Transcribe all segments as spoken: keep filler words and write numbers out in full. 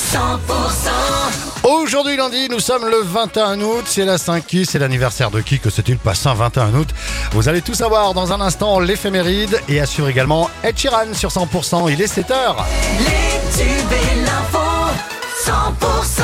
cent pour cent. Aujourd'hui lundi, nous sommes le vingt et un août, c'est la Saint-Qui, c'est l'anniversaire de qui, que s'est-il passé un vingt et un août? Vous allez tout savoir dans un instant, l'éphéméride, et assure également Ed Sheeran sur cent pour cent, il est sept heures. Les tubes et l'info, cent pour cent.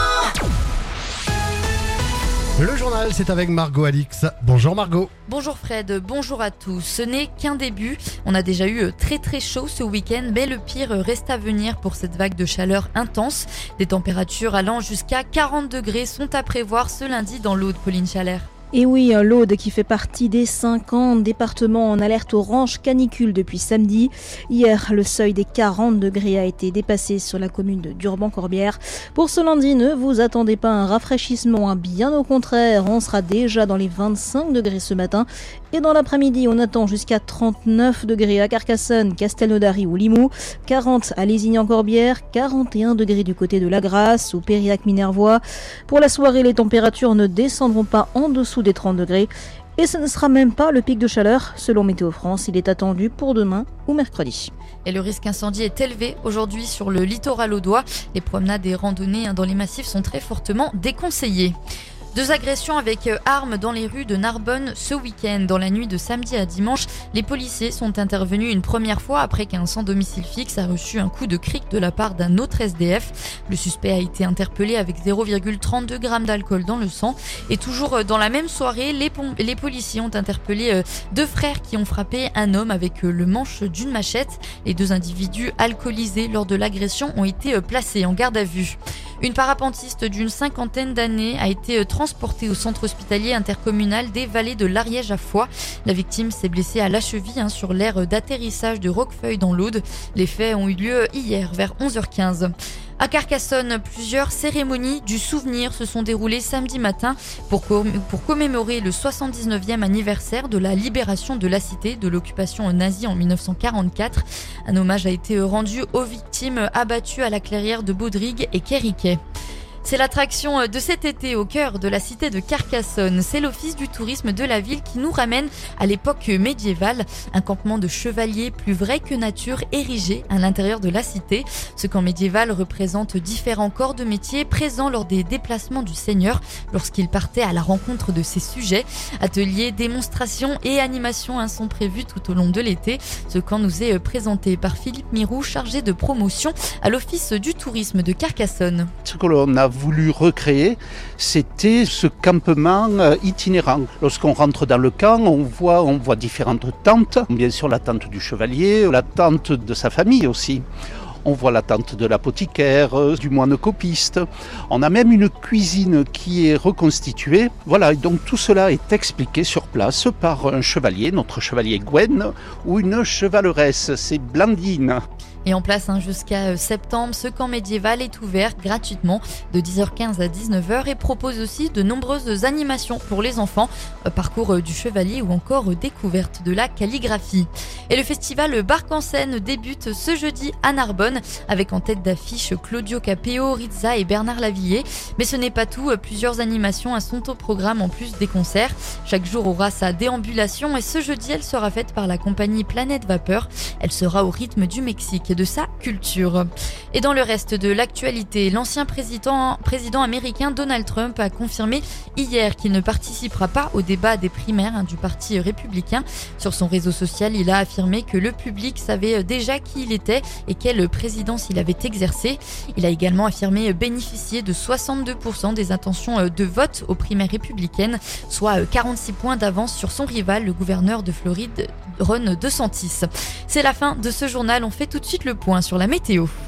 Le journal, c'est avec Margot Alix. Bonjour Margot. Bonjour Fred, bonjour à tous. Ce n'est qu'un début. On a déjà eu très très chaud ce week-end, mais le pire reste à venir pour cette vague de chaleur intense. Des températures allant jusqu'à quarante degrés sont à prévoir ce lundi dans l'Aude, Pauline Chalère. Et oui, l'Aude qui fait partie des cinquante départements en alerte orange canicule depuis samedi. Hier, le seuil des quarante degrés a été dépassé sur la commune de Durban-Corbière. Pour ce lundi, ne vous attendez pas à un rafraîchissement, hein. Bien au contraire, on sera déjà dans les vingt-cinq degrés ce matin. Et dans l'après-midi, on attend jusqu'à trente-neuf degrés à Carcassonne, Castelnaudary ou Limoux, quarante à Lézignan-Corbière, quarante et un degrés du côté de La Grasse ou Périac-Minervois. Pour la soirée, les températures ne descendront pas en dessous des trente degrés. Et ce ne sera même pas le pic de chaleur. Selon Météo France, il est attendu pour demain ou mercredi. Et le risque incendie est élevé aujourd'hui sur le littoral audois. Les promenades et randonnées dans les massifs sont très fortement déconseillées. Deux agressions avec armes dans les rues de Narbonne ce week-end. Dans la nuit de samedi à dimanche, les policiers sont intervenus une première fois après qu'un sans domicile fixe a reçu un coup de cric de la part d'un autre S D F. Le suspect a été interpellé avec zéro virgule trente-deux grammes d'alcool dans le sang. Et toujours dans la même soirée, les, pom- les policiers ont interpellé deux frères qui ont frappé un homme avec le manche d'une machette. Les deux individus alcoolisés lors de l'agression ont été placés en garde à vue. Une parapentiste d'une cinquantaine d'années a été transportée au centre hospitalier intercommunal des Vallées de l'Ariège à Foix. La victime s'est blessée à la cheville hein, sur l'aire d'atterrissage de Roquefeuille dans l'Aude. Les faits ont eu lieu hier vers onze heures quinze. À Carcassonne, plusieurs cérémonies du souvenir se sont déroulées samedi matin pour, com- pour commémorer le soixante-dix-neuvième anniversaire de la libération de la cité de l'occupation nazie en dix-neuf cent quarante-quatre. Un hommage a été rendu aux victimes abattues à la clairière de Baudrigue et Quériquet. C'est l'attraction de cet été au cœur de la cité de Carcassonne. C'est l'office du tourisme de la ville qui nous ramène à l'époque médiévale. Un campement de chevaliers plus vrai que nature érigé à l'intérieur de la cité. Ce camp médiéval représente différents corps de métier présents lors des déplacements du seigneur lorsqu'il partait à la rencontre de ses sujets. Ateliers, démonstrations et animations sont prévus tout au long de l'été. Ce camp nous est présenté par Philippe Mirou, chargé de promotion à l'office du tourisme de Carcassonne. Ce que l'on a voulu recréer, c'était ce campement itinérant. Lorsqu'on rentre dans le camp, on voit, on voit différentes tentes. Bien sûr, la tente du chevalier, la tente de sa famille aussi. On voit la tente de l'apothicaire, du moine copiste. On a même une cuisine qui est reconstituée. Voilà, et donc tout cela est expliqué sur place par un chevalier, notre chevalier Gwen, ou une chevaleresse, c'est Blandine. Et en place hein, jusqu'à septembre, ce camp médiéval est ouvert gratuitement de dix heures quinze à dix-neuf heures et propose aussi de nombreuses animations pour les enfants, parcours du chevalier ou encore découverte de la calligraphie. Et le festival Barque en scène débute ce jeudi à Narbonne avec en tête d'affiche Claudio Capéo, Rizza et Bernard Lavillier. Mais ce n'est pas tout, plusieurs animations sont au programme en plus des concerts. Chaque jour aura sa déambulation et ce jeudi elle sera faite par la compagnie Planète Vapeur. Elle sera au rythme du Mexique de sa culture. Et dans le reste de l'actualité, l'ancien président, président américain Donald Trump a confirmé hier qu'il ne participera pas au débat des primaires hein, du Parti républicain. Sur son réseau social, il a affirmé que le public savait déjà qui il était et quelle présidence il avait exercé. Il a également affirmé bénéficier de soixante-deux pour cent des intentions de vote aux primaires républicaines, soit quarante-six points d'avance sur son rival, le gouverneur de Floride, Ron DeSantis. C'est la fin de ce journal. On fait tout de suite le point sur la météo.